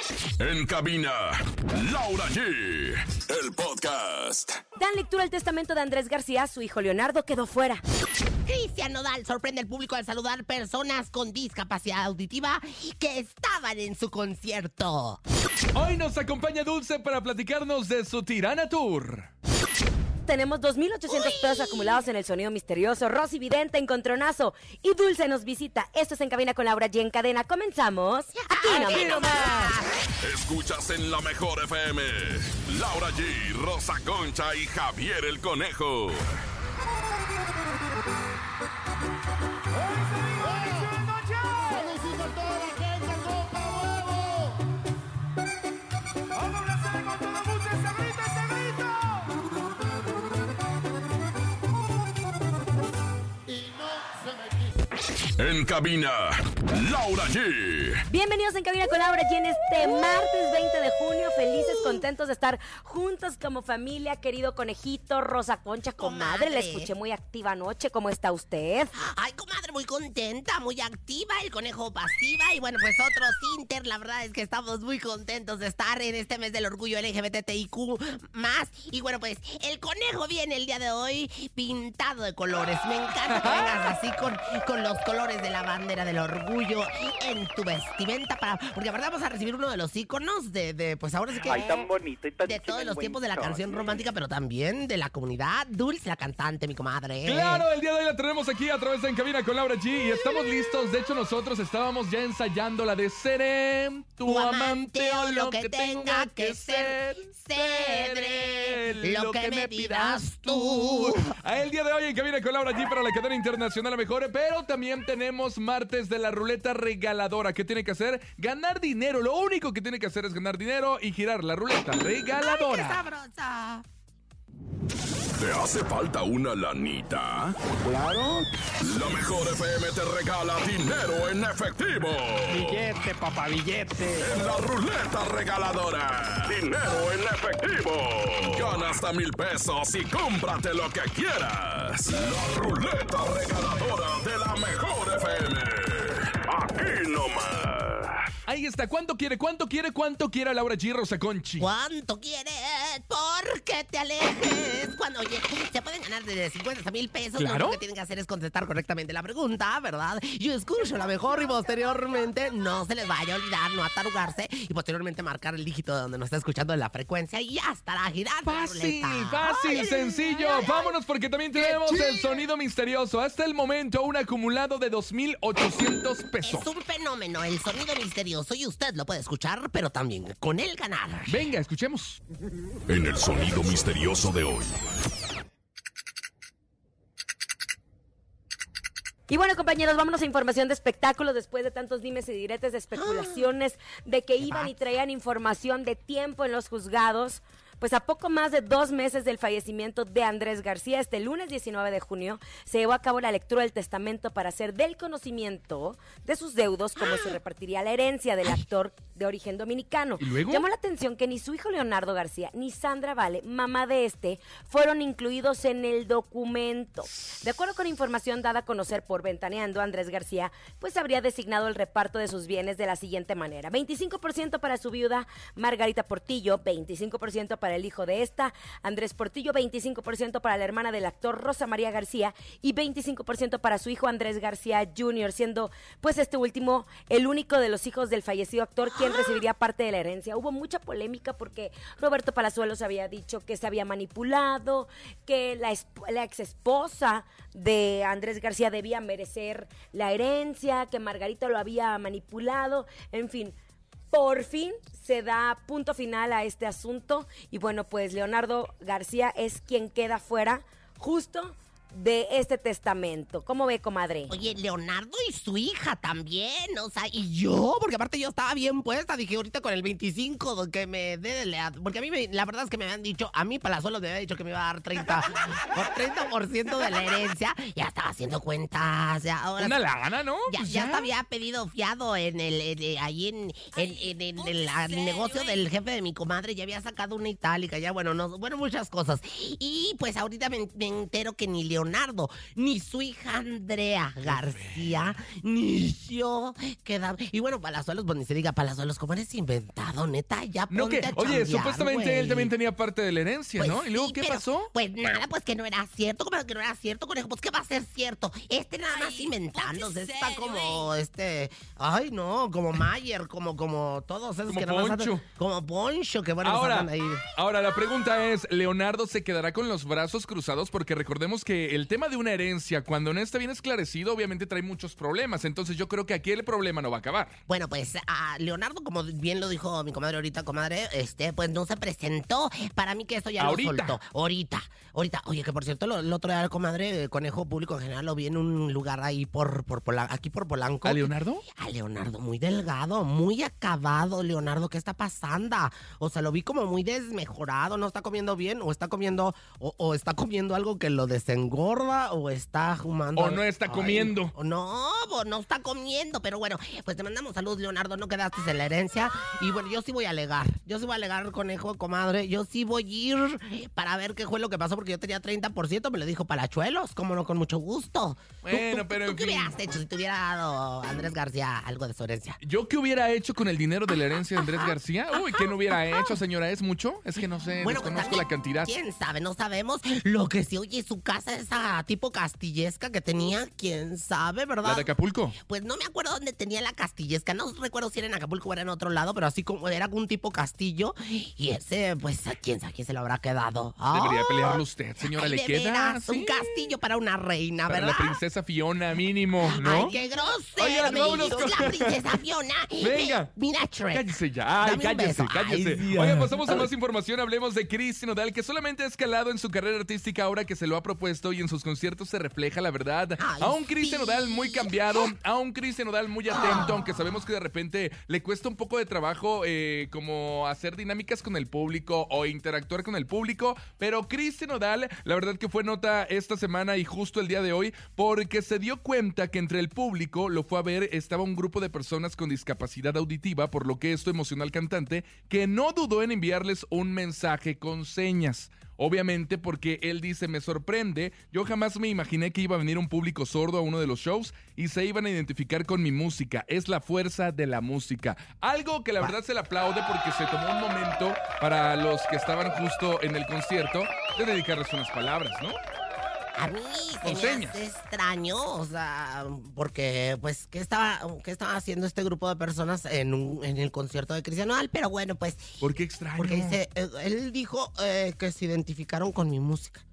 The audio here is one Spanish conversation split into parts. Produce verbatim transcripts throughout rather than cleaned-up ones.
En cabina, Laura G. El podcast. Dan lectura al testamento de Andrés García. Su hijo Leonardo quedó fuera. Cristian Nodal sorprende al público al saludar personas con discapacidad auditiva que estaban en su concierto. Hoy nos acompaña Dulce para platicarnos de su Tirana Tour. Tenemos dos mil ochocientos pesos acumulados en el sonido misterioso. Rosy Vidente, Encontronazo y Dulce nos visita. Esto es En Cabina con Laura G. En cadena. Comenzamos. Aquí nomás. Aquí nomás. Escuchas en la mejor F M. Laura G, Rosa Concha y Javier el Conejo. En cabina, Laura G. Bienvenidos En Cabina con Laura G en este martes veinte de junio. Felices, contentos de estar juntos como familia. Querido conejito, Rosa Concha, comadre. Comadre. La escuché muy activa anoche. ¿Cómo está usted? Ay, comadre, muy contenta, muy activa, el conejo pasiva y bueno, pues otros Inter. La verdad es que estamos muy contentos de estar en este mes del orgullo L G B T I Q más. Y bueno, pues el conejo viene el día de hoy pintado de colores. Me encanta que vengas así con, con los colores de la bandera del orgullo en tu vestimenta para, porque la verdad vamos a recibir uno de los íconos de, de pues ahora sí que Ay, tan bonito y tan de todos los tiempos de la chimenguencho. canción romántica, pero también de la comunidad. Dulce, la cantante, mi comadre. Claro, el día de hoy la tenemos aquí a través de En Cabina con Laura G. Y estamos listos. De hecho, nosotros estábamos ya ensayando la de seré tu amante o lo que tenga que ser. Seré lo que me pidas tú. A el día de hoy En Cabina con Laura G para la cadena internacional a mejor. Pero también tenemos martes de la ruleta regaladora. ¿Qué tiene que hacer? Ganar dinero. Lo único que tiene que hacer es ganar dinero y girar la ruleta regaladora. ¡Ay, qué sabrosa! ¿Te hace falta una lanita? Claro. La mejor F M te regala dinero en efectivo. Billete, papá, billete. En la ruleta regaladora. Dinero en efectivo. Gana hasta mil pesos y cómprate lo que quieras. La ruleta regaladora de la mejor F M. Aquí nomás. Ahí está. ¿Cuánto quiere? ¿Cuánto quiere? ¿Cuánto quiere Laura G. Rosa Conchi? ¿Cuánto quieres? Porque te alejes. Cuando, oye, se pueden ganar desde cincuenta hasta mil pesos. Claro. Lo único que tienen que hacer es contestar correctamente la pregunta, ¿verdad? Yo escucho la mejor y posteriormente no se les vaya a olvidar, no atarugarse y posteriormente marcar el dígito de donde nos está escuchando en la frecuencia y ya estará girando la Fácil, ruleta. fácil, Ay, sencillo. ay, ay, Vámonos porque también tenemos el sonido misterioso. Hasta el momento, un acumulado de dos mil ochocientos pesos. Es un fenómeno, el sonido misterioso, y usted lo puede escuchar, pero también con él ganar. Venga, escuchemos. En el sonido misterioso de hoy. Y bueno, compañeros, vámonos a información de espectáculos después de tantos dimes y diretes de especulaciones de que iban y traían información de tiempo en los juzgados. Pues a poco más de dos meses del fallecimiento de Andrés García, este lunes diecinueve de junio, se llevó a cabo la lectura del testamento para hacer del conocimiento de sus deudos cómo se repartiría la herencia del actor de origen dominicano. ¿Y luego? Llamó la atención que ni su hijo Leonardo García ni Sandra Vale, mamá de este, fueron incluidos en el documento. De acuerdo con información dada a conocer por Ventaneando, Andrés García pues habría designado el reparto de sus bienes de la siguiente manera: veinticinco por ciento para su viuda Margarita Portillo, veinticinco por ciento para el hijo de esta, Andrés Portillo, veinticinco por ciento para la hermana del actor Rosa María García y veinticinco por ciento para su hijo Andrés García junior, siendo pues este último el único de los hijos del fallecido actor quien recibiría parte de la herencia. Hubo mucha polémica porque Roberto Palazuelos había dicho que se había manipulado, que la, la ex esposa de Andrés García debía merecer la herencia, que Margarita lo había manipulado, en fin. Por fin se da punto final a este asunto y bueno, pues Leonardo García es quien queda fuera justo de este testamento. ¿Cómo ve, comadre? Oye, Leonardo y su hija también, o sea, y yo, porque aparte yo estaba bien puesta, dije ahorita con el veinticinco que me dé de la, porque a mí me, la verdad es que me habían dicho, a mí Palazuelos me había dicho que me iba a dar treinta, por treinta por ciento de la herencia, ya estaba haciendo cuentas, ya ahora... Una lana, ¿no? Ya, Pues ya hasta había pedido fiado en el, en, eh, ahí en, en, en, en el, el negocio del jefe de mi comadre, ya había sacado una itálica, ya bueno, no, bueno, muchas cosas. Y pues ahorita me, me entero que ni Leonardo Leonardo, ni su hija Andrea García, ni yo quedamos. Y bueno, Palazuelos, pues ni se diga Palazuelos, como eres inventado, neta, ya ponte No, que, a oye, chambear, supuestamente güey. él también tenía parte de la herencia, Pues ¿no? ¿Y luego sí, qué pero, pasó? Pues nada, pues que no era cierto, como que no era cierto, conejo, pues que va a ser cierto. Este nada más inventándose, está como este, ay no, como Mayer, como, como todos esos Como que nada más Poncho. andan- como Poncho, que bueno, pues Ahora, andan ahí. ahora, la pregunta es, ¿Leonardo se quedará con los brazos cruzados? Porque recordemos que el tema de una herencia, cuando no está bien esclarecido, obviamente trae muchos problemas. Entonces yo creo que aquí el problema no va a acabar. Bueno, pues a Leonardo, como bien lo dijo mi comadre ahorita, comadre, este, pues no se presentó. Para mí que eso ya Ahorita. lo soltó. Ahorita, ahorita. Oye, que por cierto, lo- el otro día, comadre, Conejo Público en general, lo vi en un lugar ahí por, por Pola- aquí por Polanco. ¿A Leonardo? A Leonardo, muy delgado, muy acabado, Leonardo, ¿qué está pasando? O sea, lo vi como muy desmejorado, no está comiendo bien, o está comiendo, o, o está comiendo algo que lo desengorda, o está fumando. O no está comiendo. o no, bo, no está comiendo, pero bueno, pues te mandamos salud, Leonardo, no quedaste en la herencia. Y bueno, yo sí voy a alegar, yo sí voy a alegar, conejo, comadre, yo sí voy a ir para ver qué fue lo que pasó, porque yo tenía treinta por ciento, me lo dijo Palachuelos, como no, con mucho gusto. ¿Tú- Bueno, tú- pero ¿Tú en qué fin. hubieras hecho si te hubiera dado Andrés García algo de su herencia? ¿Yo qué hubiera hecho con el dinero de la herencia de Andrés García? Uy, ¿qué no hubiera hecho, señora? ¿Es mucho? Es que no sé, pues desconozco también, la cantidad. ¿Quién sabe? No sabemos. Lo que sí, oye, su casa, esa tipo castillesca que tenía, ¿quién sabe, verdad? ¿La de Acapulco? Pues no me acuerdo dónde tenía la castillesca, no recuerdo si era en Acapulco o era en otro lado, pero así como era un tipo castillo, y ese, pues, ¿a quién sabe a quién se lo habrá quedado? Debería ¡Ah! pelearlo usted, señora. Ay, ¿Le de queda? veras, Sí. un castillo para una reina, Para ¿verdad? la princesa Fiona, mínimo, ¿no? Ay, qué grosero, Oigan, me vámonos dices, con- la princesa Fiona. Venga. Ve, Mira, Shrek. Cállese ya, ay, Dame un cállese, beso. cállese. Ay, sí. Oigan, pasamos a más información. Hablemos de Cristian Nodal, que solamente ha escalado en su carrera artística ahora que se lo ha propuesto y en sus conciertos se refleja la verdad. Ay, A un Cristian sí. Nodal muy cambiado, a un Cristian Nodal muy atento, aunque sabemos que de repente le cuesta un poco de trabajo eh, como hacer dinámicas con el público o interactuar con el público, pero Cristian Nodal, la verdad que fue nota esta semana y justo el día de hoy, porque se dio cuenta que entre el público, lo fue a ver, estaba un grupo de personas con discapacidad auditiva, por lo que esto emocionó al cantante, que no dudó en enviarles un mensaje con señas. Obviamente porque él dice, me sorprende, yo jamás me imaginé que iba a venir un público sordo a uno de los shows y se iban a identificar con mi música, es la fuerza de la música. Algo que la verdad se le aplaude porque se tomó un momento para los que estaban justo en el concierto de dedicarles unas palabras, ¿no? A mí Con se me señas. hace extraño, o sea, porque, pues, ¿qué estaba, qué estaba haciendo este grupo de personas en, un, en el concierto de Cristian Nodal? Pero bueno, pues, ¿Por qué extraño? porque dice, eh, él dijo eh, que se identificaron con mi música.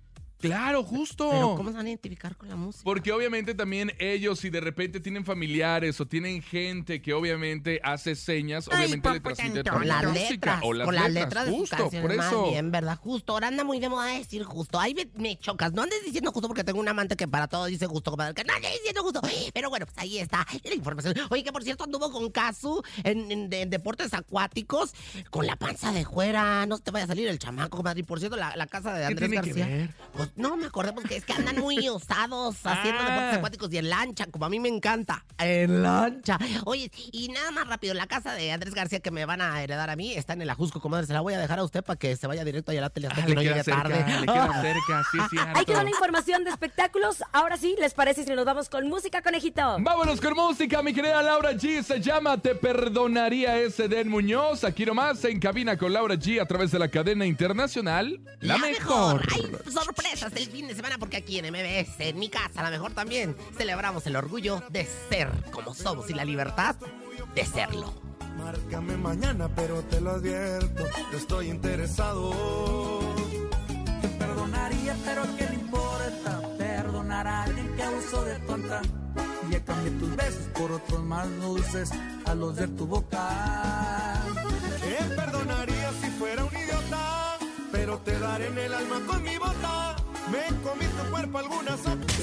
Claro, justo. Pero ¿cómo se van a identificar con la música? Porque obviamente también ellos, si de repente tienen familiares o tienen gente que obviamente hace señas, obviamente le transmite Con las música letras, o las con las letras, letras de sus justo, canciones, por eso. más bien, ¿verdad? Justo, ahora anda muy de moda decir justo. Ahí me, me chocas, no andes diciendo justo porque tengo un amante que para todo dice justo, compadre, que no andes diciendo justo. Pero bueno, pues ahí está la información. Oye, que por cierto anduvo con Casu en, en- de- en deportes acuáticos con la panza de fuera. No se te vaya a salir el chamaco, comadre. Y por cierto, la, la casa de ¿Qué Andrés tiene que García. ver? Pues no me acordé porque es que andan muy osados haciendo Ah. deportes acuáticos y en lancha, como a mí me encanta. En lancha. Oye, y nada más rápido, la casa de Andrés García que me van a heredar a mí está en el Ajusco, comadre. Se la voy a dejar a usted para que se vaya directo allá a la tele hasta Ah, que le no queda llegue cerca, tarde. le queda cerca, sí es cierto. Ahí quedó la información de espectáculos. Ahora sí, ¿les parece si nos vamos con música, conejito? Vámonos con música, mi querida Laura G. Se llama Te Perdonaría ese Den Muñoz. Aquí nomás en cabina con Laura G a través de la cadena internacional La, Mejor. Hay sorpresas el fin de semana porque aquí en M B S, en mi casa, a la mejor también, celebramos el orgullo de ser como somos y la libertad de serlo. Márcame mañana, pero te lo advierto, yo estoy interesado. Te perdonaría, pero ¿qué le importa? Perdonar a alguien que abusó de tonta. Y ya cambié tus besos por otros más dulces a los de tu boca. Te perdonaría si fuera un idiota, pero te daré en el alma con mi bota. Me comí tu cuerpo algunas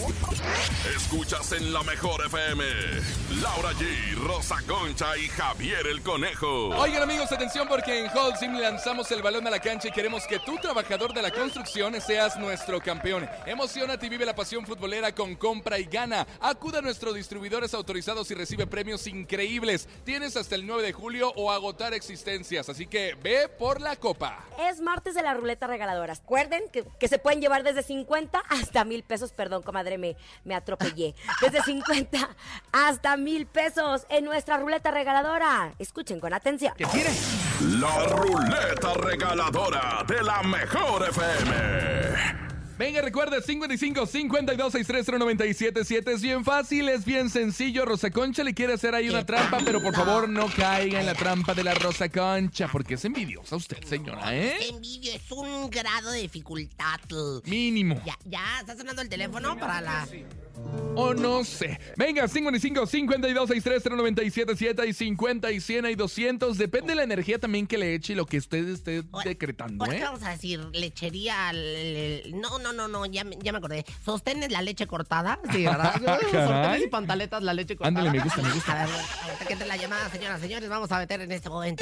Escuchas en la mejor F M. Laura G, Rosa Concha y Javier el Conejo. Oigan amigos, atención porque en Holcim lanzamos el balón a la cancha y queremos que tú, trabajador de la construcción, seas nuestro campeón. Emociónate y vive la pasión futbolera con compra y gana. Acuda a nuestros distribuidores autorizados y recibe premios increíbles. Tienes hasta el nueve de julio o agotar existencias, así que ve por la copa. Es martes de la ruleta regaladora. Recuerden que, que se pueden llevar desde cinco cincuenta hasta mil pesos. Perdón, comadre, me, me atropellé. Desde cincuenta hasta mil pesos en nuestra ruleta regaladora. Escuchen con atención. ¿Qué quiere? La ruleta regaladora de la mejor F M. Venga, recuerda, cincuenta y cinco, cincuenta y dos, sesenta y tres, cero noventa y siete siete. Es bien fácil, es bien sencillo. Rosa Concha le quiere hacer ahí una trampa, pero por favor no caiga en la trampa de la Rosa Concha, porque es envidiosa usted, señora, ¿eh? Envidio es un grado de dificultad. Mínimo. Ya, ya, está sonando el teléfono para la... O no sé. Venga, cincuenta y cinco, cincuenta y dos, sesenta y tres, cero noventa y siete siete y cincuenta y cien y doscientos. Depende de la energía también que le eche y lo que usted esté Ahora- decretando, ahora, ¿eh? ¿qué vamos a decir? Lechería... le- le- No, no, no, no, ya, me- ya me acordé. ¿Sostenes la leche cortada? Sí, ¿verdad? Sostenes y pantaletas la leche cortada. Ándale, me gusta, me gusta. A ver, ahorita que entre la llamada, señoras, señores, vamos a meter en este momento...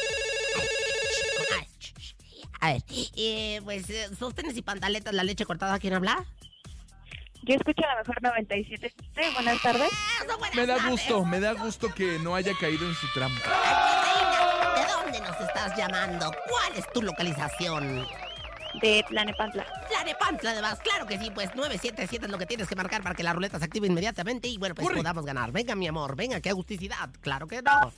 A ver, eh, pues, eh, ¿sostenes y pantaletas la leche cortada? ¿Quién habla? Yo escucho a la mejor noventa y siete. Sí, buenas tardes. Eso, buenas Me da tardes. gusto, me da gusto que no haya caído en su trampa. Reina, ¿de dónde nos estás llamando? ¿Cuál es tu localización? De Tlanepantla. Tlanepantla, además, claro que sí, pues nueve siete siete es lo que tienes que marcar para que la ruleta se active inmediatamente y bueno, pues Corre. podamos ganar. Venga, mi amor, venga, qué agusticidad. Claro que no.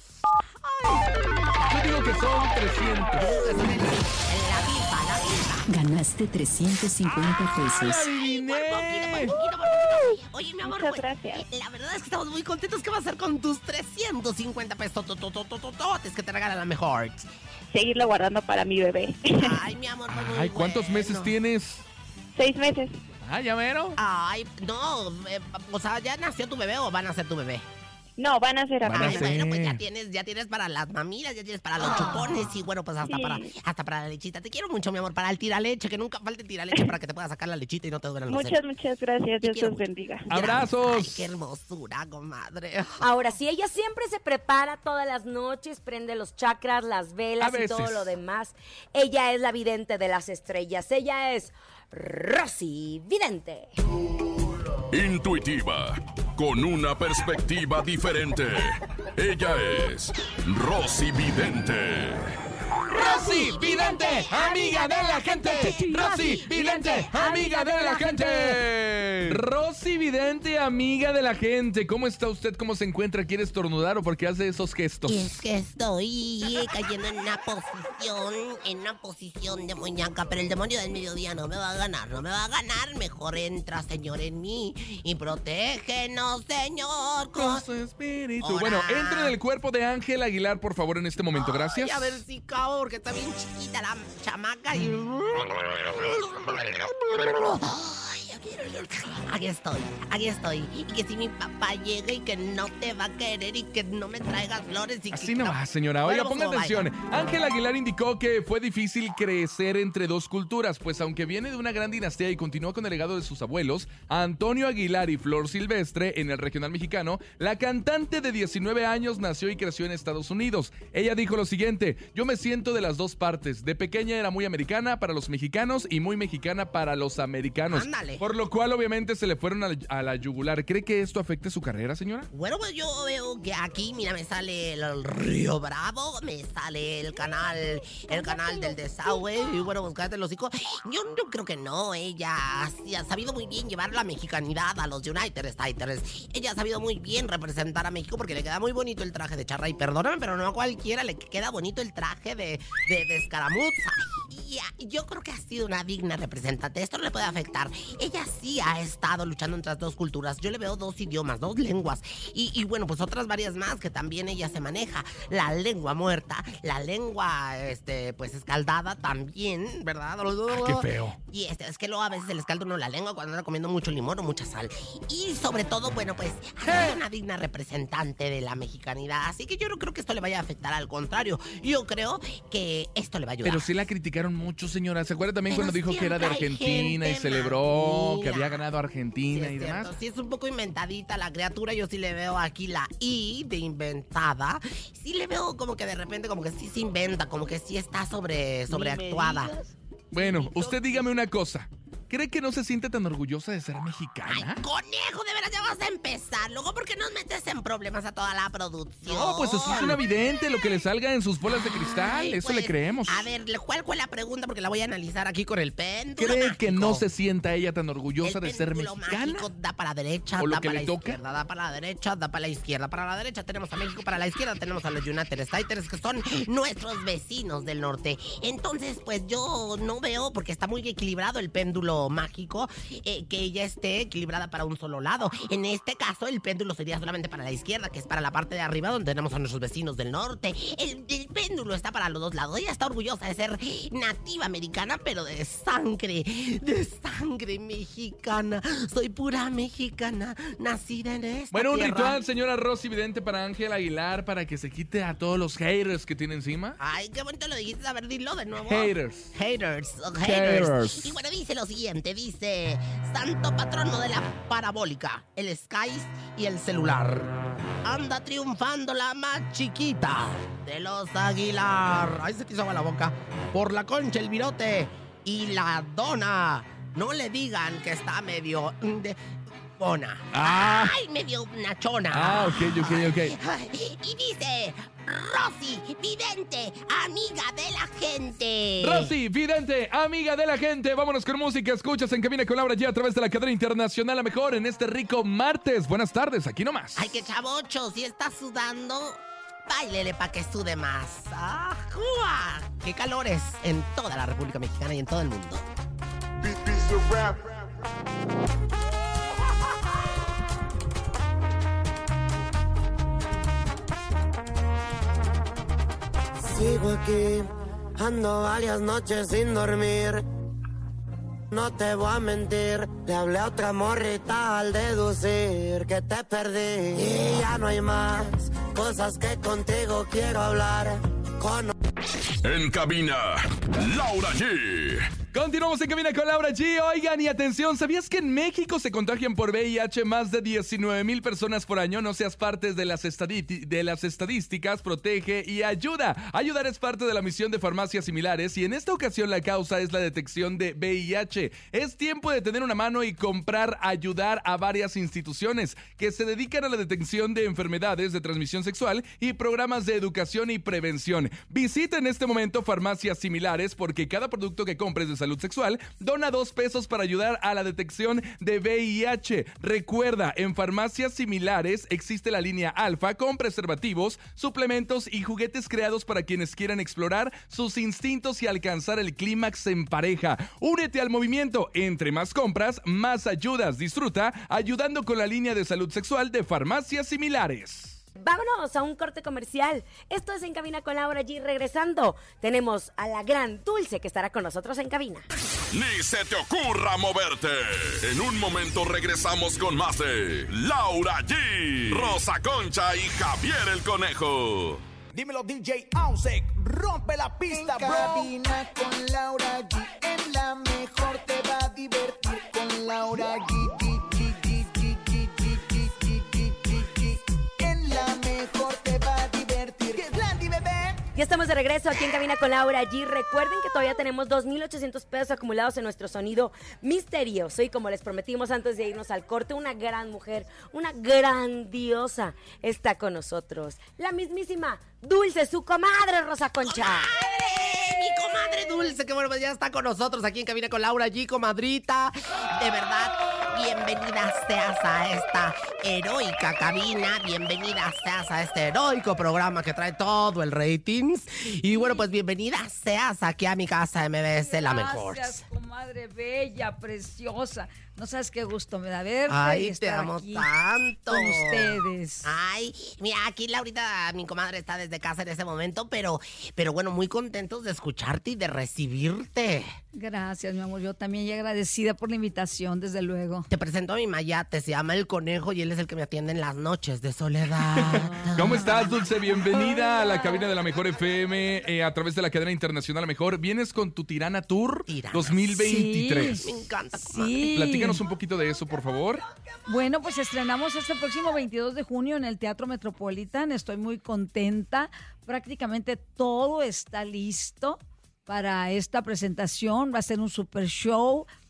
Yo digo que son trescientos. La viva, la viva. Ganaste trescientos cincuenta pesos. ¡Adiviné! Por poquito, por poquito, por poquito. Oye, mi amor, Muchas pues, gracias. la verdad es que estamos muy contentos. ¿Qué vas a hacer con tus trescientos cincuenta pesos tototototototes que te regala la mejor? Seguirlo guardando para mi bebé. Ay, mi amor, pues, muy Ay, ¿cuántos bueno. meses tienes? Seis meses. Ah, ya vero. Ay, no, eh, o sea, ¿ya nació tu bebé o van a ser tu bebé? No, van a ser Van a Ay, apenas. ser. bueno, pues ya tienes, ya tienes para las mamilas, ya tienes para los chupones y bueno, pues hasta Sí. para, hasta para la lechita. Te quiero mucho, mi amor, para el tiraleche, que nunca falte el tiraleche para que te puedas sacar la lechita y no te duelen los Muchas, senos. muchas gracias. Te Dios quiero los mucho. bendiga. ¡Abrazos! Ay, qué hermosura, comadre. Ahora, si ella siempre se prepara todas las noches, prende los chakras, las A velas y veces. todo lo demás, ella es la vidente de las estrellas. Ella es Rosy Vidente. Intuitiva, con una perspectiva diferente. Ella es Rosy Vidente. Rosy Vidente, amiga de la gente. Rosy Vidente, amiga de la gente. Rosy Vidente, amiga de la gente. ¿Cómo está usted? ¿Cómo se encuentra? ¿Quiere estornudar o por qué hace esos gestos? Y es que estoy cayendo en una posición, en una posición demoníaca, pero el demonio del mediodía no me va a ganar, no me va a ganar. Mejor entra, Señor, en mí y protégenos, Señor. Con Con... su espíritu. Ahora. Bueno, entre en el cuerpo de Ángel Aguilar, por favor, en este momento. Gracias. Ay, a ver si cabo, porque está bien chiquita la chamaca y... Ay, aquí estoy, aquí estoy. Y que si mi papá llega y que no te va a querer y que no me traigas flores y Así que... no va, señora. Oiga, Bueno, ponga pues, atención. vaya. Ángel Aguilar indicó que fue difícil crecer entre dos culturas, pues aunque viene de una gran dinastía y continúa con el legado de sus abuelos, Antonio Aguilar y Flor Silvestre, en el regional mexicano, la cantante de diecinueve años nació y creció en Estados Unidos. Ella dijo lo siguiente: yo me siento de las dos partes. De pequeña era muy americana para los mexicanos y muy mexicana para los americanos. Ándale. Por lo cual, obviamente, se le fueron a la, a la yugular. ¿Cree que esto afecte su carrera, señora? Bueno, pues yo veo que aquí, mira, me sale el, el Río Bravo, me sale el canal, el canal del desagüe, y bueno, pues cállate el hocico. Yo, yo creo que no, ella sí ha sabido muy bien llevar la mexicanidad a los United States. Ella ha sabido muy bien representar a México porque le queda muy bonito el traje de charra. Y perdóname, pero no a cualquiera le queda bonito el traje de, de, de escaramuza. Y ah, yo creo que ha sido una digna representante. Esto no le puede afectar. Ella sí ha estado luchando entre las dos culturas. Yo le veo dos idiomas, dos lenguas. Y, y bueno, pues otras varias más que también ella se maneja. La lengua muerta, la lengua, este, pues escaldada también, ¿verdad? qué feo. Y este, es que luego a veces se le escalda uno la lengua cuando anda comiendo mucho limón o mucha sal. Y sobre todo, bueno, pues ha sido una digna representante de la mexicanidad. Así que yo no creo que esto le vaya a afectar, al contrario. Yo creo que esto le va a ayudar. Pero sí la criticaron mucho, señora. ¿Se acuerda también Pero cuando dijo que era de siempre hay Argentina y gente celebró que mamila. había ganado Sí, Argentina es y cierto. demás? Sí, es un poco inventadita la criatura. Yo sí le veo aquí la I de inventada. Sí le veo como que de repente, como que sí se inventa, como que sí está sobre, sobreactuada. Bueno, usted dígame una cosa. ¿cree que no se siente tan orgullosa de ser Ay, mexicana? conejo, de veras ya vas a empezar. Luego, ¿por qué nos metes en problemas a toda la producción? No, pues eso es una evidente, lo que le salga en sus bolas de cristal, Ay, eso pues, le creemos. A ver, ¿cuál fue la pregunta? Porque la voy a analizar aquí con el péndulo ¿Cree que mágico. no se sienta ella tan orgullosa El de ser péndulo mexicana? mágico da para la derecha, ¿O lo da que para le la toca? izquierda, da para la derecha, da para la izquierda. Para la derecha tenemos a México, para la izquierda tenemos a los United States, que son nuestros vecinos del norte. Entonces, pues yo no veo, porque está muy equilibrado el péndulo mágico, eh, que ella esté equilibrada para un solo lado. En este caso, el péndulo sería solamente para la izquierda, que es para la parte de arriba, donde tenemos a nuestros vecinos del norte. El, el péndulo está para los dos lados. Ella está orgullosa de ser nativa americana, pero de sangre, de sangre mexicana. Soy pura mexicana, nacida en esta Bueno, un tierra. ritual, señora Rosy Vidente, para Ángel Aguilar, para que se quite a todos los haters que tiene encima. Ay, qué bonito lo dijiste. A ver, dilo de nuevo. Haters. Haters. oh, haters. Haters. Y bueno, dice lo siguiente. Dice, santo patrono de la parabólica, el Skies y el celular. Anda triunfando la más chiquita de los Aguilar. Ay, se te hizo agua la boca. Por la Concha, el Virote y la Dona. No le digan que está medio... de- bona. Ah. Ay, medio nachona. Ah, ok, ok, ok. Ay, y dice, Rosy Vidente, amiga de la gente. Rosy Vidente, amiga de la gente. Vámonos con música. Escuchas en Cabina con Laura G a través de la cadena internacional a mejor en este rico martes. Buenas tardes, aquí nomás. Ay, qué chavocho, si está sudando, báilele pa' que sude más. ¡Ah, jua! ¡Qué calores en toda la República Mexicana y en todo el mundo! Sigo aquí, ando varias noches sin dormir. No te voy a mentir, le hablé a otra morrita al deducir que te perdí. Y ya no hay más cosas que contigo quiero hablar. Con... En cabina, Laura G. Continuamos en Cabina con Laura G. Oigan, y atención, ¿sabías que en México se contagian por V I H más de diecinueve mil personas por año? No seas parte de las, estadi- de las estadísticas, protege y ayuda. Ayudar es parte de la misión de Farmacias Similares y en esta ocasión la causa es la detección de V I H. Es tiempo de tener una mano y comprar, ayudar a varias instituciones que se dedican a la detección de enfermedades de transmisión sexual y programas de educación y prevención. Visita en este momento Farmacias Similares porque cada producto que compres de salud sexual dona dos pesos para ayudar a la detección de V I H. Recuerda, en Farmacias Similares existe la línea Alfa con preservativos, suplementos y juguetes creados para quienes quieran explorar sus instintos y alcanzar el clímax en pareja. Únete al movimiento. Entre más compras, más ayudas. Disfruta ayudando con la línea de salud sexual de Farmacias Similares. Vámonos a un corte comercial. Esto es En Cabina con Laura G. Regresando, tenemos a la gran Dulce que estará con nosotros en cabina. Ni se te ocurra moverte. En un momento regresamos con más de Laura G, Rosa Concha y Javier el Conejo. Dímelo D J Ausek, rompe la pista, en bro. Cabina con Laura G, en la mejor te va a divertir con Laura G. G, G, G, G, G, G, G, G, G, G, G. En la mejor te va a divertir. ¿Qué es Landy, bebé? Ya estamos de regreso aquí en Cabina con Laura G. Recuerden que todavía tenemos dos mil ochocientos pesos acumulados en nuestro sonido misterioso. Y como les prometimos antes de irnos al corte, una gran mujer, una grandiosa está con nosotros. La mismísima Dulce, su comadre Rosa Concha. ¡Comadre! Mi comadre Dulce, que bueno, pues ya está con nosotros aquí en Cabina con Laura G, comadrita. De verdad, bienvenida seas a esta heroica cabina. Bienvenida seas a este heroico programa que trae todo el ratings. Y bueno, pues bienvenida seas aquí a mi casa M B S, la mejor. Gracias, comadre bella, preciosa. No sabes qué gusto me da verte. Ay, y te estar amo aquí tanto. con ustedes. Ay, mira, aquí Laurita, mi comadre, está desde casa en ese momento, pero, pero bueno, muy contentos de escucharte y de recibirte. Gracias, mi amor. Yo también y agradecida por la invitación, desde luego. Te presento a mi mayate, se llama El Conejo y él es el que me atiende en las noches de soledad. ¿Cómo estás, Dulce? Bienvenida a la cabina de la Mejor F M eh, a través de la cadena internacional La Mejor. Vienes con tu Tirana Tour Tirana. dos mil veintitrés. Sí, me encanta, comadre. Sí. Platícanos un poquito de eso, por favor. Bueno, pues estrenamos este próximo veintidós de junio en el Teatro Metropolitan. Estoy muy contenta. Prácticamente todo está listo para esta presentación. Va a ser un super show.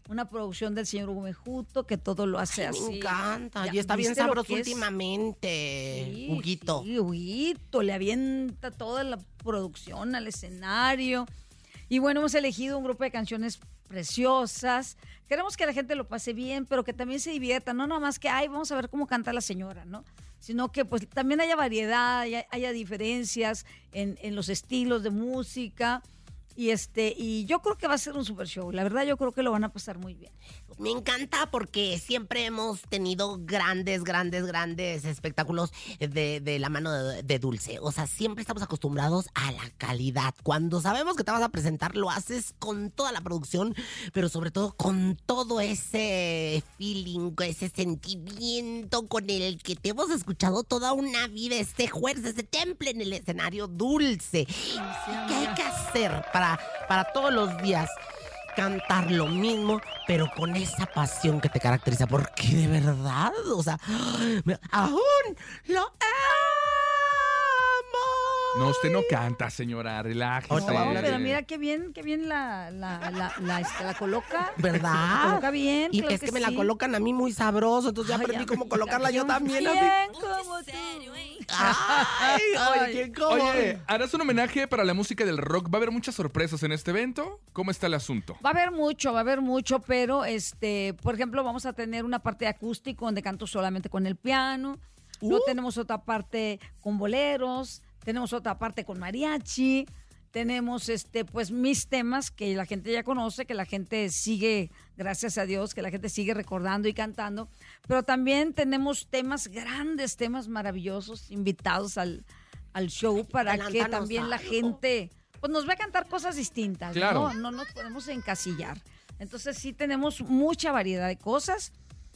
una producción del señor Hugo Mejuto, que todo lo hace Ay, así. me encanta. Ya, Y está bien ¿viste lo sabroso que es? últimamente, Sí, Huguito. Sí, Huguito, le avienta toda la producción al escenario. Y bueno, hemos elegido un grupo de canciones preciosas. Queremos que la gente lo pase bien, pero que también se divierta. No nada más que, ay, vamos a ver cómo canta la señora, ¿no? Sino que pues también haya variedad, haya, haya diferencias en, en los estilos de música. Y este y yo creo que va a ser un super show. La verdad, yo creo que lo van a pasar muy bien. Me encanta porque siempre hemos tenido grandes, grandes, grandes espectáculos de, de la mano de, de Dulce. O sea, siempre estamos acostumbrados a la calidad. Cuando sabemos que te vas a presentar, lo haces con toda la producción, pero sobre todo con todo ese feeling, ese sentimiento con el que te hemos escuchado toda una vida, ese fuerza, ese temple en el escenario, Dulce. ¿Qué hay que hacer para, para todos los días cantar lo mismo, pero con esa pasión que te caracteriza? Porque de verdad, o sea, me- aún lo amo. No, usted no canta, señora, relájese. Ahorita va a No, hablar pero mira qué bien, qué bien la, la, la, la, este, la coloca. ¿Verdad? La coloca bien, Y claro es que, me sí. la colocan a mí muy sabroso, entonces ya Ay, aprendí ya, cómo ya, colocarla yo bien, también. bien así. como tú. Ay, oye, qué cómodo. Oye, ¿harás un homenaje para la música del rock? ¿Va a haber muchas sorpresas en este evento? ¿Cómo está el asunto? Va a haber mucho, va a haber mucho, pero este, por ejemplo, vamos a tener una parte de acústico donde canto solamente con el piano. Luego Uh. tenemos otra parte con boleros, tenemos otra parte con mariachi, tenemos este, pues mis temas que la gente ya conoce, que la gente sigue, gracias a Dios, que la gente sigue recordando y cantando. Pero también tenemos temas, grandes temas maravillosos, invitados al, al show para que Adelántanos también la algo. gente pues nos va a cantar cosas distintas. Claro. ¿no? No nos podemos encasillar. Entonces sí tenemos mucha variedad de cosas.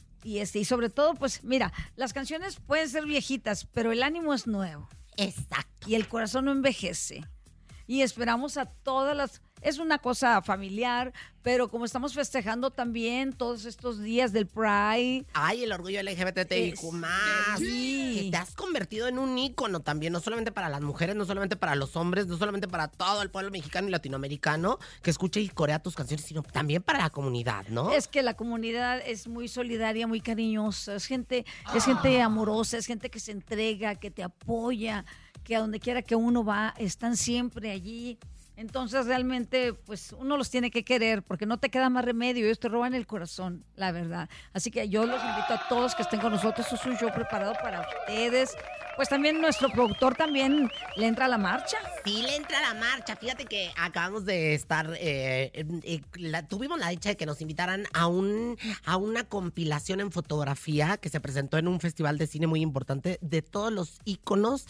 Y este, y sobre todo, pues, mira, las canciones pueden ser viejitas, pero el ánimo es nuevo. Exacto. Y el corazón no envejece. Y esperamos a todas las... Es una cosa familiar, pero como estamos festejando también todos estos días del Pride... Ay, el orgullo L G B T I Q más. Sí. Que te has convertido en un ícono también, no solamente para las mujeres, no solamente para los hombres, no solamente para todo el pueblo mexicano y latinoamericano que escucha y corea tus canciones, sino también para la comunidad, ¿no? Es que la comunidad es muy solidaria, muy cariñosa, es gente, es gente amorosa, es gente que se entrega, que te apoya, que a donde quiera que uno va, están siempre allí. Entonces realmente, pues uno los tiene que querer porque no te queda más remedio, ellos te roban el corazón, la verdad. Así que yo los invito a todos que estén con nosotros, esto es un show preparado para ustedes. Pues también nuestro productor también le entra a la marcha. Sí, le entra a la marcha. Fíjate que acabamos de estar, eh, eh, la- tuvimos la dicha de que nos invitaran a un a una compilación en fotografía que se presentó en un festival de cine muy importante de todos los íconos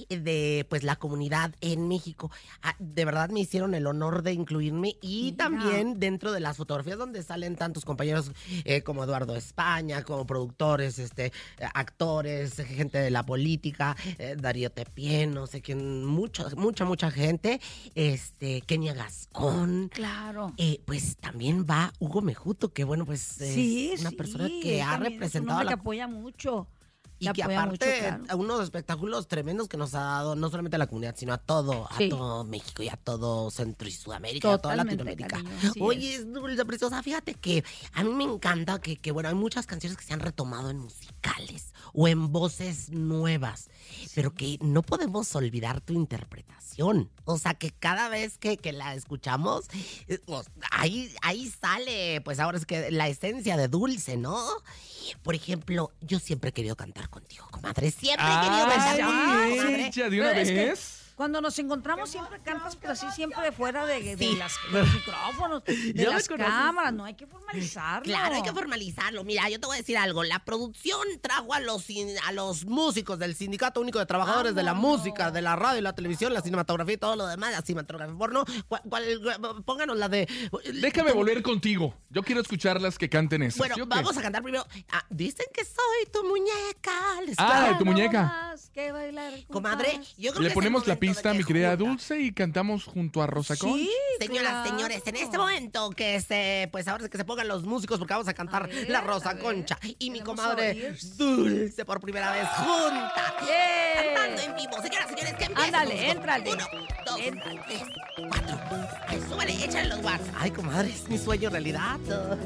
de pues la comunidad en México. Ah, de verdad me hicieron el honor de incluirme y Mira. también dentro de las fotografías donde salen tantos compañeros eh, como Eduardo España, como productores, este, eh, actores, gente de la política. Eh, Darío Tepién, no sé quién, mucho, mucha, mucha gente, este, Kenia Gascón. Claro. Eh, pues también va Hugo Mejuto, que bueno, pues es Sí, una sí, persona que ha también es un representado a hombre la que apoya mucho. y que apoya aparte mucho, claro. a unos espectáculos tremendos que nos ha dado no solamente a la comunidad, sino a todo, Sí. a todo México y a todo Centro y Sudamérica, a toda Totalmente, Latinoamérica. cariño, así Oye, es dulce, preciosa. Fíjate que a mí me encanta que, que, bueno, hay muchas canciones que se han retomado en musicales o en voces nuevas, pero que no podemos olvidar tu interpretación. O sea, que cada vez que, que la escuchamos, eh, pues, ahí, ahí sale, pues ahora es que la esencia de Dulce, ¿no? Por ejemplo, yo siempre he querido cantar contigo, comadre. Siempre he querido cantar Ay, contigo, comadre. ya, ¿de una Pero es que vez? cuando nos encontramos siempre cantas, pero así siempre fuera de, de Sí. las, de los micrófonos, de Ya me las conoces. cámaras, no hay que formalizarlo. Claro, hay que formalizarlo. Mira, yo te voy a decir algo. La producción trajo a los, sin- a los músicos del Sindicato Único de Trabajadores de la Vámonos. Música, de la radio y la televisión, la cinematografía y todo lo demás, la cinematografía porno. ¿Cuál- cuál- pónganos la de... Déjame volver contigo. Yo quiero escucharlas que canten esas. Bueno, ¿sí o qué? vamos a cantar primero. Ah, dicen que soy tu muñeca. Les Ah, quiero- tu muñeca. Más que bailar el Comadre, compás. yo creo Le que ponemos es la el momento pista, mi querida Dulce, y cantamos junto a Rosa Concha. Sí, señoras, claro. señores, en este momento que se, pues ahora que se pongan los músicos porque vamos a cantar a ver, la Rosa Concha y mi comadre Dulce por primera vez junta. Yeah. Cantando en vivo, señoras, señores, que empiecen. Ándale, éntrale. Uno, dos, tres, cuatro. Ay, súbale, échale los watts. Ay, comadre, es mi sueño realidad.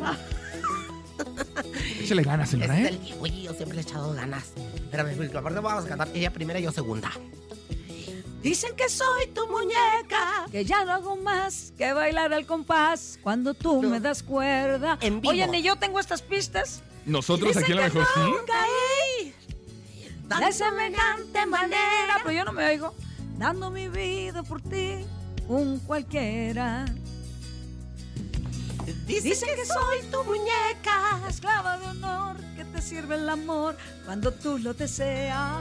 Échale ganas, señora, ¿eh? El, oye, yo siempre le he echado ganas. Espérame, aparte vamos a cantar ella primera y yo segunda. Dicen que soy tu muñeca, que ya no hago más que bailar al compás cuando tú no. me das cuerda. En vivo. Oye, ni yo tengo estas pistas. Nosotros aquí a lo mejor sí. Caí de semejante manera, pero yo no me oigo. Dando mi vida por ti, un cualquiera. Dicen, Dicen que, que soy tu muñeca, esclava de honor, que te sirve el amor cuando tú lo deseas.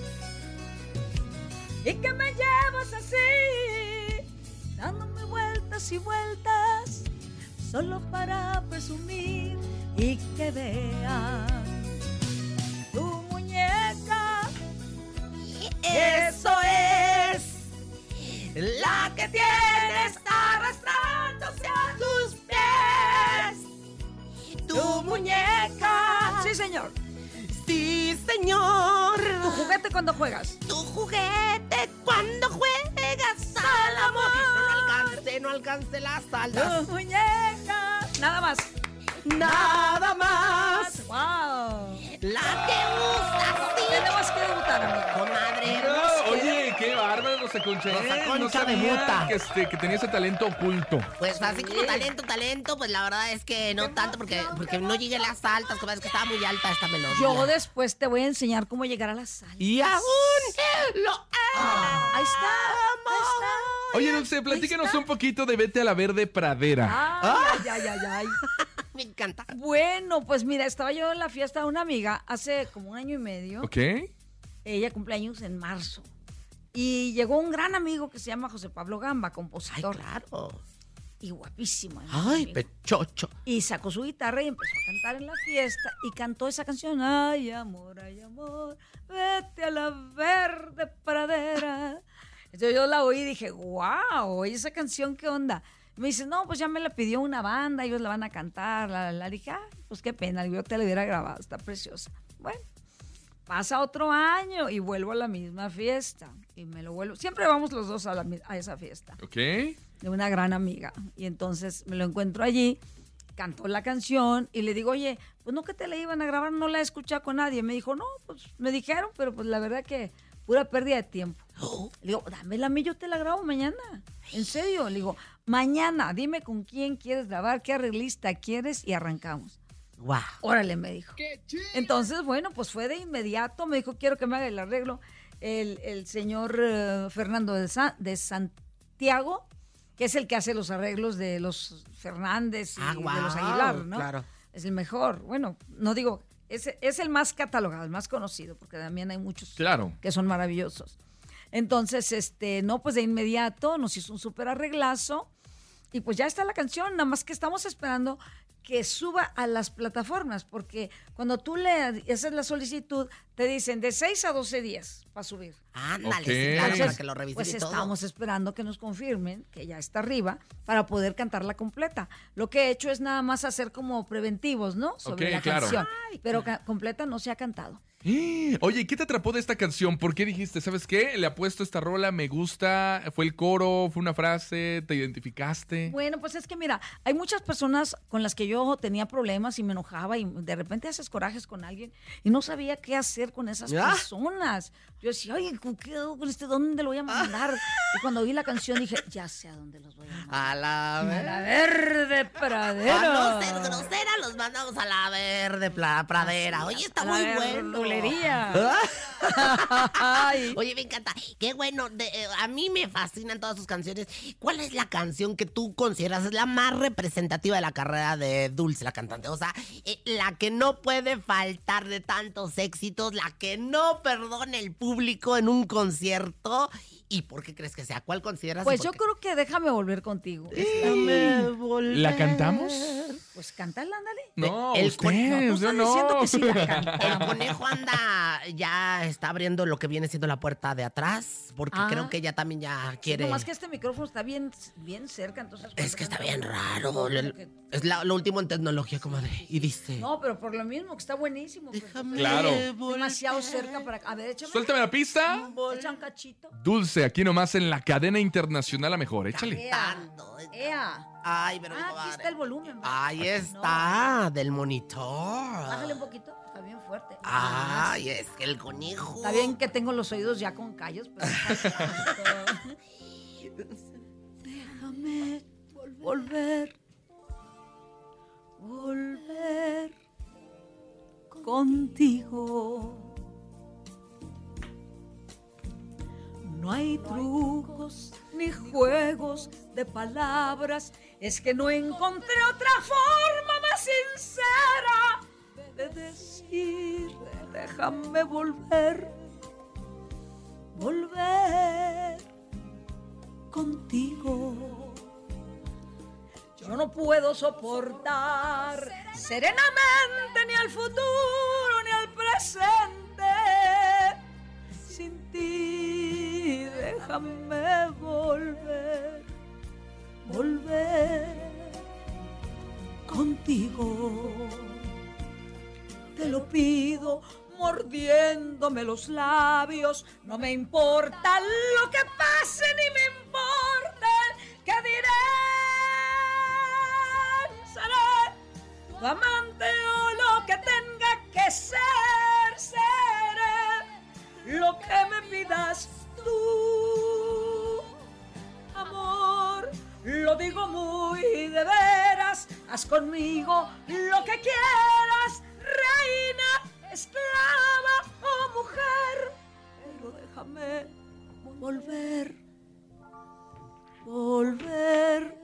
Y que me llevas así, dándome vueltas y vueltas, solo para presumir y que vean tu muñeca. Eso es la que tienes arrastrándose a tus pies. Tu muñeca. Sí, señor. Sí, señor. Tu juguete cuando juegas. Tu juguete cuando juegas al amor. No, no alcance, no alcance las aldas. Tu muñeca. Nada más. Nada más. Wow. La que usas. Sí. Tenemos que debutar, amigo. Comadre. No, oye, qué bárbaro, Rosa Concha. Rosa Concha no sabía debuta. Que, este, que tenía ese talento oculto. Pues así como talento, talento, pues la verdad es que no tanto porque, porque no llegué a las altas, como es que estaba muy alta esta melodía. Yo después te voy a enseñar cómo llegar a las altas. Y aún lo ah, ahí está, ahí está. Oye, Dulce, platícanos un poquito de Vete a la Verde Pradera. Ay, ay, ay, ay, ay. Me encanta. Bueno, pues mira, estaba yo en la fiesta de una amiga hace como un año y medio. Ok. Ella cumpleaños en marzo. Y llegó un gran amigo que se llama José Pablo Gamba, compositor. Ay, claro. Y guapísimo. Ay, amigo. Pechocho. Y sacó su guitarra y empezó a cantar en la fiesta. Y cantó esa canción. Ay, amor, ay, amor, vete a la verde pradera. Entonces yo la oí y dije, wow, oye, esa canción, ¿qué onda? Me dice, no, pues ya me la pidió una banda, ellos la van a cantar. La, la, la. Dije, ah, pues qué pena, yo te la hubiera grabado, está preciosa. Bueno, pasa otro año y vuelvo a la misma fiesta. Y me lo vuelvo. Siempre vamos los dos a, la, a esa fiesta. Ok. De una gran amiga. Y entonces me lo encuentro allí, cantó la canción y le digo, oye, pues no que te la iban a grabar, no la he escuchado con nadie. Me dijo, no, pues me dijeron, pero pues la verdad que pura pérdida de tiempo. Le digo, dámela a mí, yo te la grabo mañana. En serio, le digo, mañana, dime con quién quieres grabar, qué arreglista quieres y arrancamos. Wow. Órale, me dijo. Entonces, bueno, pues fue de inmediato, me dijo, quiero que me haga el arreglo el, el señor uh, Fernando de, Sa de Santiago, que es el que hace los arreglos de los Fernández y ah, wow, de los Aguilar, ¿no? Claro. Es el mejor. Bueno, no digo, es, es el más catalogado, el más conocido, porque también hay muchos claro. que son maravillosos. Entonces, este, no, pues de inmediato nos hizo un súper arreglazo y pues ya está la canción, nada más que estamos esperando que suba a las plataformas, porque cuando tú le haces la solicitud, te dicen de seis a doce días para subir. Ándale, okay. sí, claro, Entonces, para que lo revisen pues y todo. estamos esperando que nos confirmen que ya está arriba para poder cantarla completa. Lo que he hecho es nada más hacer como preventivos, ¿no? Sobre okay, la claro. canción, pero ca completa no se ha cantado. Oye, ¿qué te atrapó de esta canción? ¿Por qué dijiste, sabes qué? Le apuesto esta rola, me gusta, fue el coro, fue una frase, te identificaste. Bueno, pues es que mira, hay muchas personas con las que yo tenía problemas y me enojaba y de repente haces corajes con alguien y no sabía qué hacer con esas ¿Ah? personas. Yo decía, oye, ¿qué hago con este? ¿Dónde lo voy a mandar? Y cuando oí la canción dije, ya sé a dónde los voy a mandar. A la, a la verde pradera. A no ser grosera, los mandamos a la verde pradera. Oye, está muy bueno. Oye, me encanta. Qué bueno. De, eh, a mí me fascinan todas sus canciones. ¿Cuál es la canción que tú consideras es la más representativa de la carrera de Dulce, la cantante? O sea, eh, la que no puede faltar de tantos éxitos, la que no perdona el público en un concierto. ¿Y por qué crees que sea? ¿Cuál consideras? Pues yo creo que Déjame Volver Contigo. Déjame volver. ¿La cantamos? Pues Pues cántala, ándale. No, El usted, conejo, tú usted estás no. diciendo que sí la canta. El conejo anda, ya está abriendo lo que viene siendo la puerta de atrás, porque Ah. creo que ella también ya quiere... Sí, nomás que este micrófono está bien, bien cerca, entonces... Es que está cuando bien canta, raro. como el- que- Es la- lo último en tecnología, comadre. Y dice... No, pero por lo mismo, que está buenísimo. pues, Déjame Claro. demasiado cerca para... A ver, échame. Suéltame la pista. Echa un cachito. Dulce, aquí nomás en la cadena internacional La Mejor. Échale. Ea. Ea. Ay, pero Ah, aquí comadre. está el volumen. ¿va? Ahí está, del monitor. Bájale un poquito, está bien fuerte. Ay, es que el conejo. Está bien que tengo los oídos ya con callos, pero... Déjame volver, volver contigo. No hay trucos ni juegos de palabras, es que no encontré otra forma más sincera de decir, déjame volver, volver contigo. Yo no puedo soportar serenamente ni al futuro ni al presente sin ti. Déjame volver, volver contigo. Te lo pido mordiéndome los labios. No me importa lo que pase ni me importa el que dirán. Seré tu amante o lo que tenga que ser. Seré lo que me pidas tú, amor. Lo digo muy de veras. Haz conmigo lo que quieras, reina, esclava o mujer, pero déjame volver, volver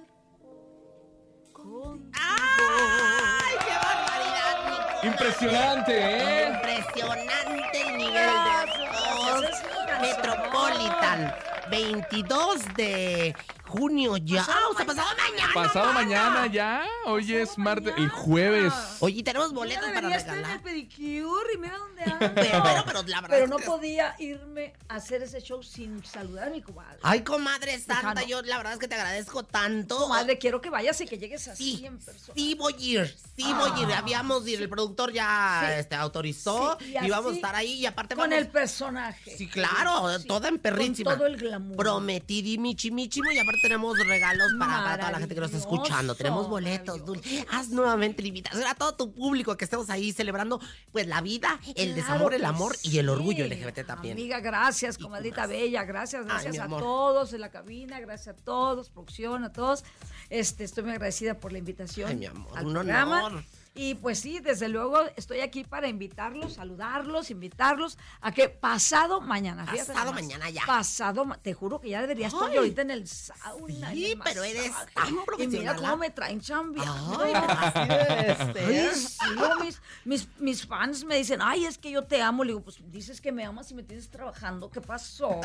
contigo. ¡Ay, qué barbaridad, mi Impresionante, ¿eh? Impresionante el nivel de voz. Metropolitan, veintidós de junio ya. O sea, pasado mañana. Pasado mana. mañana ya. Hoy es martes, el jueves. Oye, tenemos Ya boletos para debería estar en regalar. el pedicure y mira dónde ando. Pero, pero, pero la verdad Pero es no que- podía irme a hacer ese show sin saludar a mi comadre. Ay, comadre santa, Lejano. yo la verdad es que te agradezco tanto. Comadre, quiero que vayas y que llegues así Sí, en persona. sí voy a ir, sí voy a ir. Habíamos ir, el productor ya Sí. este, autorizó Sí, y y vamos a así, estar ahí y aparte con vamos- el personaje. Sí, claro, Sí, toda en perrísima. Con todo el glamour. Prometidimichimichimo y aparte tenemos regalos para, para toda la gente que nos está escuchando. Tenemos boletos, Dulce. Haz nuevamente la invitación a todo tu público que estemos ahí celebrando pues la vida, el Claro desamor, el que amor y el orgullo sí. L G B T también. Amiga, gracias, comadrita bella, gracias, gracias mi a amor. todos en la cabina, gracias a todos, producción, a todos. Este, estoy muy agradecida por la invitación. Ay, mi amor, al un programa. honor. Y pues sí, desde luego estoy aquí para invitarlos, saludarlos, invitarlos a que pasado mañana, fíjate Pasado nomás, mañana ya. Pasado, ma- te juro que ya debería estar Ay. yo ahorita en el sauna. Sí, en el pero eres masaje. tan Y mira profesional. cómo me traen chambeando. Ay, así debes ser. Ay, sí, luego mis, mis, mis fans me dicen, ay, es que yo te amo. Le digo, pues dices que me amas y me tienes trabajando. ¿Qué pasó?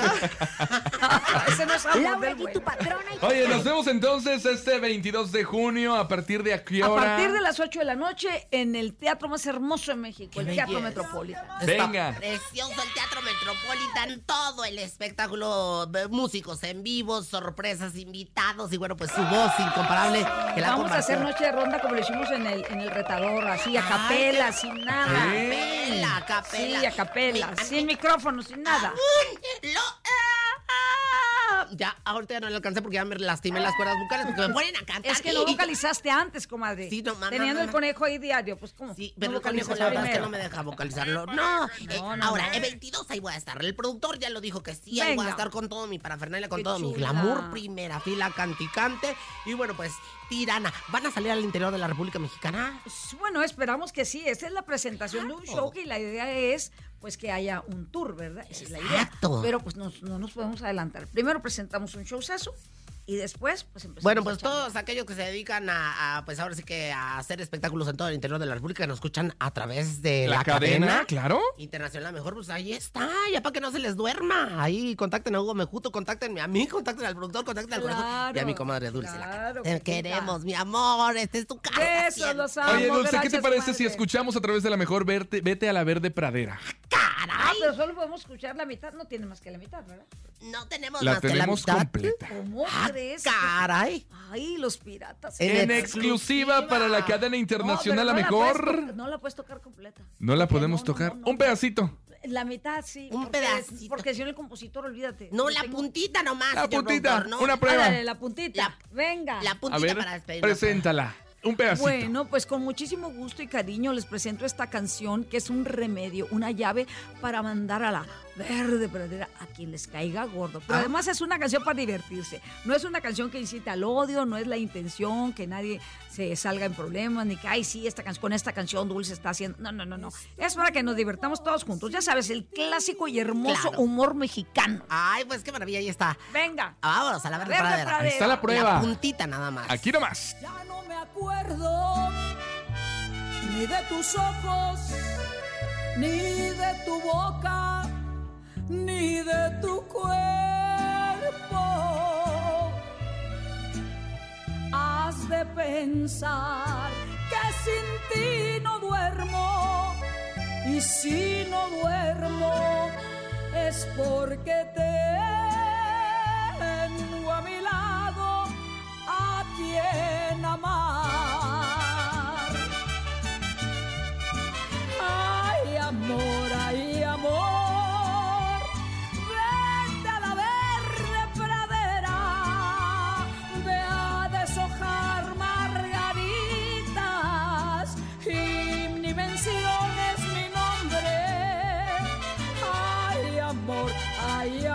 Ese no es amor Laura del G, bueno. tu patrona y Oye, nos vemos entonces este veintidós de junio. ¿A partir de a qué A hora? partir de las ocho de la noche en el teatro más hermoso de México, el Teatro belleza. Metropolitan. Venga. Está precioso el Teatro Metropolitan, todo el espectáculo, eh, músicos en vivo, sorpresas, invitados y bueno, pues su voz incomparable que la Vamos a hacer compartió. noche de ronda como lo hicimos en el, en el retador, así, a Ay, capela, qué- sin nada. Capela, a capela. Sí, a capela, Mi- a sin mí- micrófono, sin nada. Aún lo- ah, Ya, ahorita ya no le alcancé porque ya me lastimé las cuerdas bucales porque me ponen a cantar. Es que no y- vocalizaste antes, comadre. Sí, no, mamá, Teniendo el mamá. conejo ahí diario, pues ¿cómo? Sí, pero no el conejo vocalizas la verdad es que primero. no me deja vocalizarlo. No, eh, No, no, ahora, no. el veintidós ahí voy a estar. El productor ya lo dijo que sí, ahí voy a Venga. estar con todo mi parafernalia, con Qué todo mi chula. glamour, primera fila, canticante. Y bueno, pues, Tirana. ¿Van a salir al interior de la República Mexicana? Pues, bueno, esperamos que sí. Esta es la presentación de un show que la idea es pues que haya un tour, ¿verdad? Esa es la idea. Exacto. Pero pues nos- no nos podemos adelantar. Primero presentamos un showzazo y después, pues empezamos Bueno, a pues chambear. todos aquellos que se dedican a, a, pues ahora sí que a hacer espectáculos en todo el interior de la República, nos escuchan a través de La la, cadena, claro. internacional. Mejor, pues ahí está, ya para que no se les duerma. Ahí contacten a Hugo Mejuto, contactenme a mí, contacten al productor, contacten al profesor Claro, y a mi comadre Dulce. la claro, Te Coquita. queremos, mi amor, este es tu casa. Besos, los amo. Oye, Dulce, ¿qué te gracias, parece madre. si escuchamos a través de la mejor verte, Vete a la Verde Pradera? Ah, pero solo podemos escuchar la mitad, no tiene más que la mitad, ¿verdad? No tenemos La más tenemos que la mitad. completa. ¿Cómo Ah, crees? caray. Ay, los piratas. En, En exclusiva, exclusiva. para la cadena internacional No, La pero no Mejor. puedes to- no la puedes tocar completa. No la Porque podemos no, no, tocar. no, no, Un pedacito. La mitad, sí. Un porque- pedacito. Porque si no el compositor, olvídate. No, Yo la tengo- puntita nomás. La señor puntita, productor, ¿no? una prueba. Ándale, la puntita. La- Venga. La A puntita ver, para despedirnos. preséntala. Un pedacito. Bueno, pues con muchísimo gusto y cariño les presento esta canción que es un remedio, una llave para mandar a la verde pradera a quien les caiga gordo. Pero Ah. además es una canción para divertirse. No es una canción que incite al odio, no es la intención que nadie se salga en problemas, ni que, ay, sí, esta can- con esta canción Dulce está haciendo... No, no, no, no. Es para que nos divertamos todos juntos. Ya sabes, el clásico y hermoso Claro. humor mexicano. Ay, pues qué maravilla, ahí está. Venga. Vámonos a la verde Verde pradera. pradera. Ahí está la prueba. La puntita nada más. Aquí nomás. Ya no me acuerdo ni de tus ojos, ni de tu boca, ni de tu cuerpo. Has de pensar que sin ti no duermo, y si no duermo es porque tengo a mi lado a quien amar. Ay, amor, ay, amor, vete a la verde pradera, ve a deshojar margaritas y ni menciones mi nombre. Ay, amor, ay,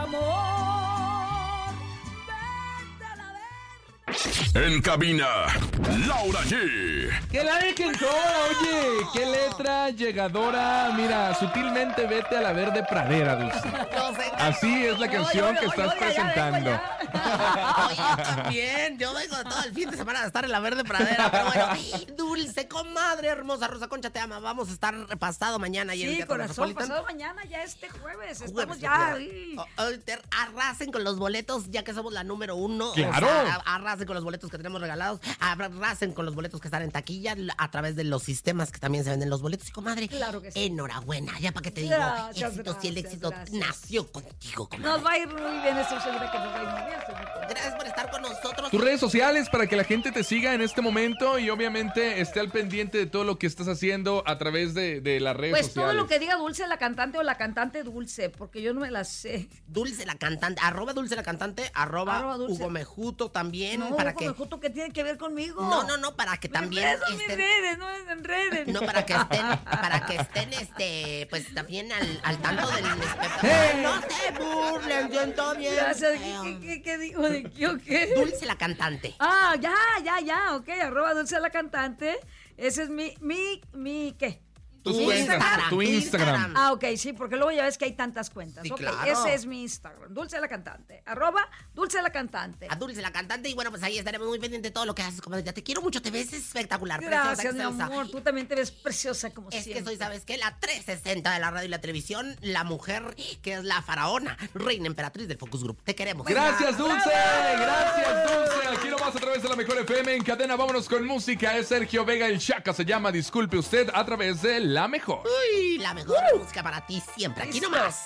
amor, vete a la verde. En cabina, Laura G. Que la dejen sola, oye. Qué letra llegadora. Mira, sutilmente vete a la verde pradera, Dulce. Así es la canción que estás presentando. Oye, también. Yo vengo todo el fin de semana a estar en la verde pradera. Pero bueno, Dulce, comadre hermosa, Rosa Concha, te ama. Vamos a estar pasado mañana ahí en el Sí, Teatro corazón, Metropolitan. pasado mañana, ya este jueves. Estamos Jueves, ya cuidado. ahí. O- o- te- Arrasen con los boletos, ya que somos la número uno. ¡Claro! O sea, a- arrasen con los boletos que tenemos regalados. Arrasen con los boletos que están en taquilla a través de los sistemas que también se venden los boletos. Y comadre, Claro que sí. enhorabuena. Ya para que te digo, Gracias, éxito, si el gracias, éxito gracias. nació contigo, comadre. Nos va a ir muy bien, estoy segura que nos va a ir muy bien. estoy muy contenta. Gracias por estar con nosotros. Tus redes sociales para que la gente te siga en este momento y obviamente esté al pendiente de todo lo que estás haciendo a través de, de las redes Pues sociales. todo lo que diga Dulce la cantante o la cantante Dulce, porque yo no me la sé. Dulce la cantante, arroba Dulce la cantante, arroba, Arroba Dulce. Hugo Mejuto también, No, para Hugo que... Mejuto, ¿qué tiene que ver conmigo? No, no, no, para que también Eso en mis estén... redes, no es en redes. No, para que estén, para que estén, este, pues también al, al tanto del espectáculo. ¡Hey! No se burlen, siento bien. Gracias. feo. ¿Qué, qué, qué dijo? ¿De qué o qué? Dulce la cantante. Ah, ya, ya, ya, ok, arroba Dulce la cantante. Ese es mi, mi, mi, ¿qué? Tus Tu cuentas, Instagram, tu tu Instagram. Instagram. Ah, ok, sí, porque luego ya ves que hay tantas cuentas. Sí, ok, claro. ese es mi Instagram, Dulce la Cantante. Arroba Dulce la Cantante. A Dulce la cantante y bueno, pues ahí estaremos muy pendientes de todo lo que haces, comadre. Ya te quiero mucho, te ves espectacular. preciosa, Gracias, mi excelsa. amor. Tú también te ves preciosa como Es siempre. que soy, ¿sabes qué? La trescientos sesenta de la radio y la televisión, la mujer que es la faraona, reina emperatriz del Focus Group. Te queremos. Gracias, Dulce. Gracias, Dulce. Aquí nomás a través de la Mejor F M en cadena. Vámonos con música. Es Sergio Vega, el Chaca. Se llama Disculpe Usted a través de La Mejor. Uy, la mejor música para ti siempre. Aquí Listo. nomás.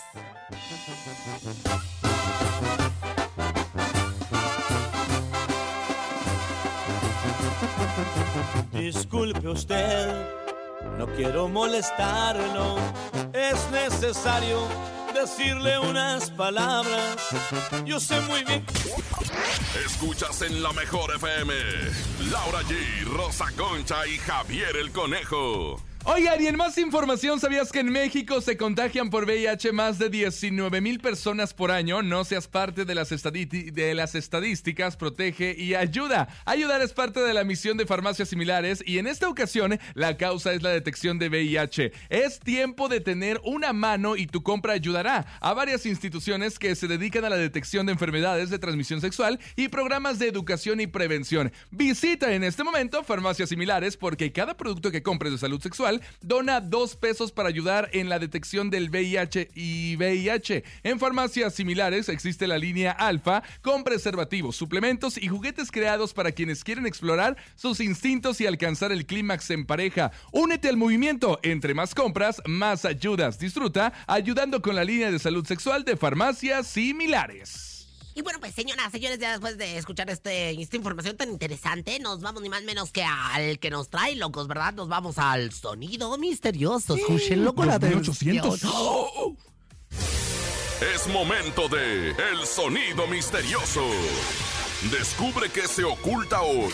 Disculpe usted, no quiero molestarlo. Es necesario decirle unas palabras. Yo sé muy bien. Escuchas en la Mejor F M. Laura G, Rosa Concha y Javier el Conejo. Oigan, y en más información, ¿sabías que en México se contagian por V I H más de diecinueve mil personas por año? No seas parte de las, estaditi- de las estadísticas, protege y ayuda. Ayudar es parte de la misión de Farmacias Similares y en esta ocasión la causa es la detección de V I H. Es tiempo de tener una mano y tu compra ayudará a varias instituciones que se dedican a la detección de enfermedades de transmisión sexual y programas de educación y prevención. Visita en este momento Farmacias Similares porque cada producto que compres de salud sexual dona dos pesos para ayudar en la detección del V I H y V I H. En Farmacias Similares existe la línea Alfa con preservativos, suplementos y juguetes creados para quienes quieren explorar sus instintos y alcanzar el clímax en pareja. Únete al movimiento. Entre más compras, más ayudas. Disfruta ayudando con la línea de salud sexual de Farmacias Similares. Y bueno, pues señoras, señores, ya después de escuchar este, esta información tan interesante, nos vamos ni más menos que al que nos trae locos, ¿verdad? Nos vamos al sonido misterioso. Escúchenlo con atención. ¡Oh! Es momento de El Sonido Misterioso. Descubre qué se oculta hoy.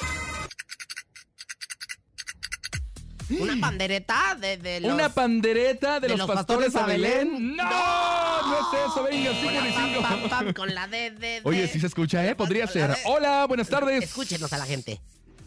¿Una pandereta de, de los... ¿Una pandereta de, de los, los pastores, pastores a Belén? a Belén? ¡No! ¡No es eso! ¡Venga, cinco y cinco! Pam, pam, pam, con la de, de, de... Oye, sí se escucha, ¿eh? Podría ser. Hola, buenas tardes. Escúchenos a la gente.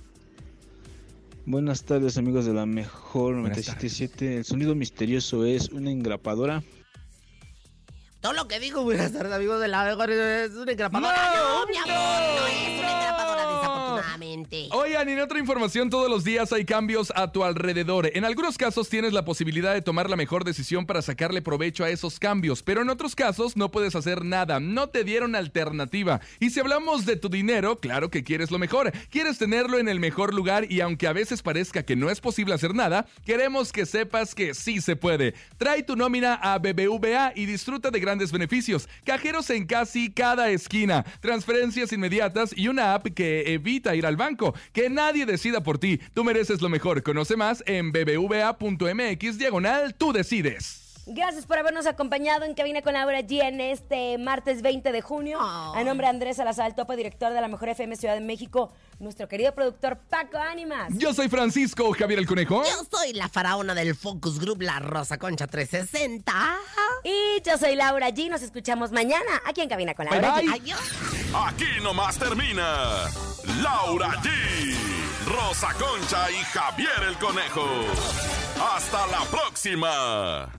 Buenas tardes, amigos de la mejor noventa y siete punto siete. El sonido misterioso es una engrapadora. Todo lo que digo, buenas tardes, amigos de la mejor, es una engrapadora. No, No, mi amor, no es una engrapadora, desafortunadamente. Oigan, y en otra información, todos los días hay cambios a tu alrededor. En algunos casos tienes la posibilidad de tomar la mejor decisión para sacarle provecho a esos cambios, pero en otros casos no puedes hacer nada, no te dieron alternativa. Y si hablamos de tu dinero, claro que quieres lo mejor, quieres tenerlo en el mejor lugar y aunque a veces parezca que no es posible hacer nada, queremos que sepas que sí se puede. Trae tu nómina a B B V A y disfruta de grandes beneficios, cajeros en casi cada esquina, transferencias inmediatas y una app que evita ir al banco. Que nadie decida por ti. Tú mereces lo mejor. Conoce más en bbva.mx diagonal tú decides. Gracias por habernos acompañado en Cabina con Laura G en este martes veinte de junio. Oh. A nombre de Andrés Salazar, topo director de la Mejor F M Ciudad de México, nuestro querido productor Paco Ánimas. Yo soy Francisco Javier el Conejo. Yo soy la faraona del Focus Group, la Rosa Concha trescientos sesenta. Y yo soy Laura G. Nos escuchamos mañana aquí en Cabina con Laura bye, G. bye. Adiós. Aquí nomás termina Laura G, Rosa Concha y Javier el Conejo. Hasta la próxima.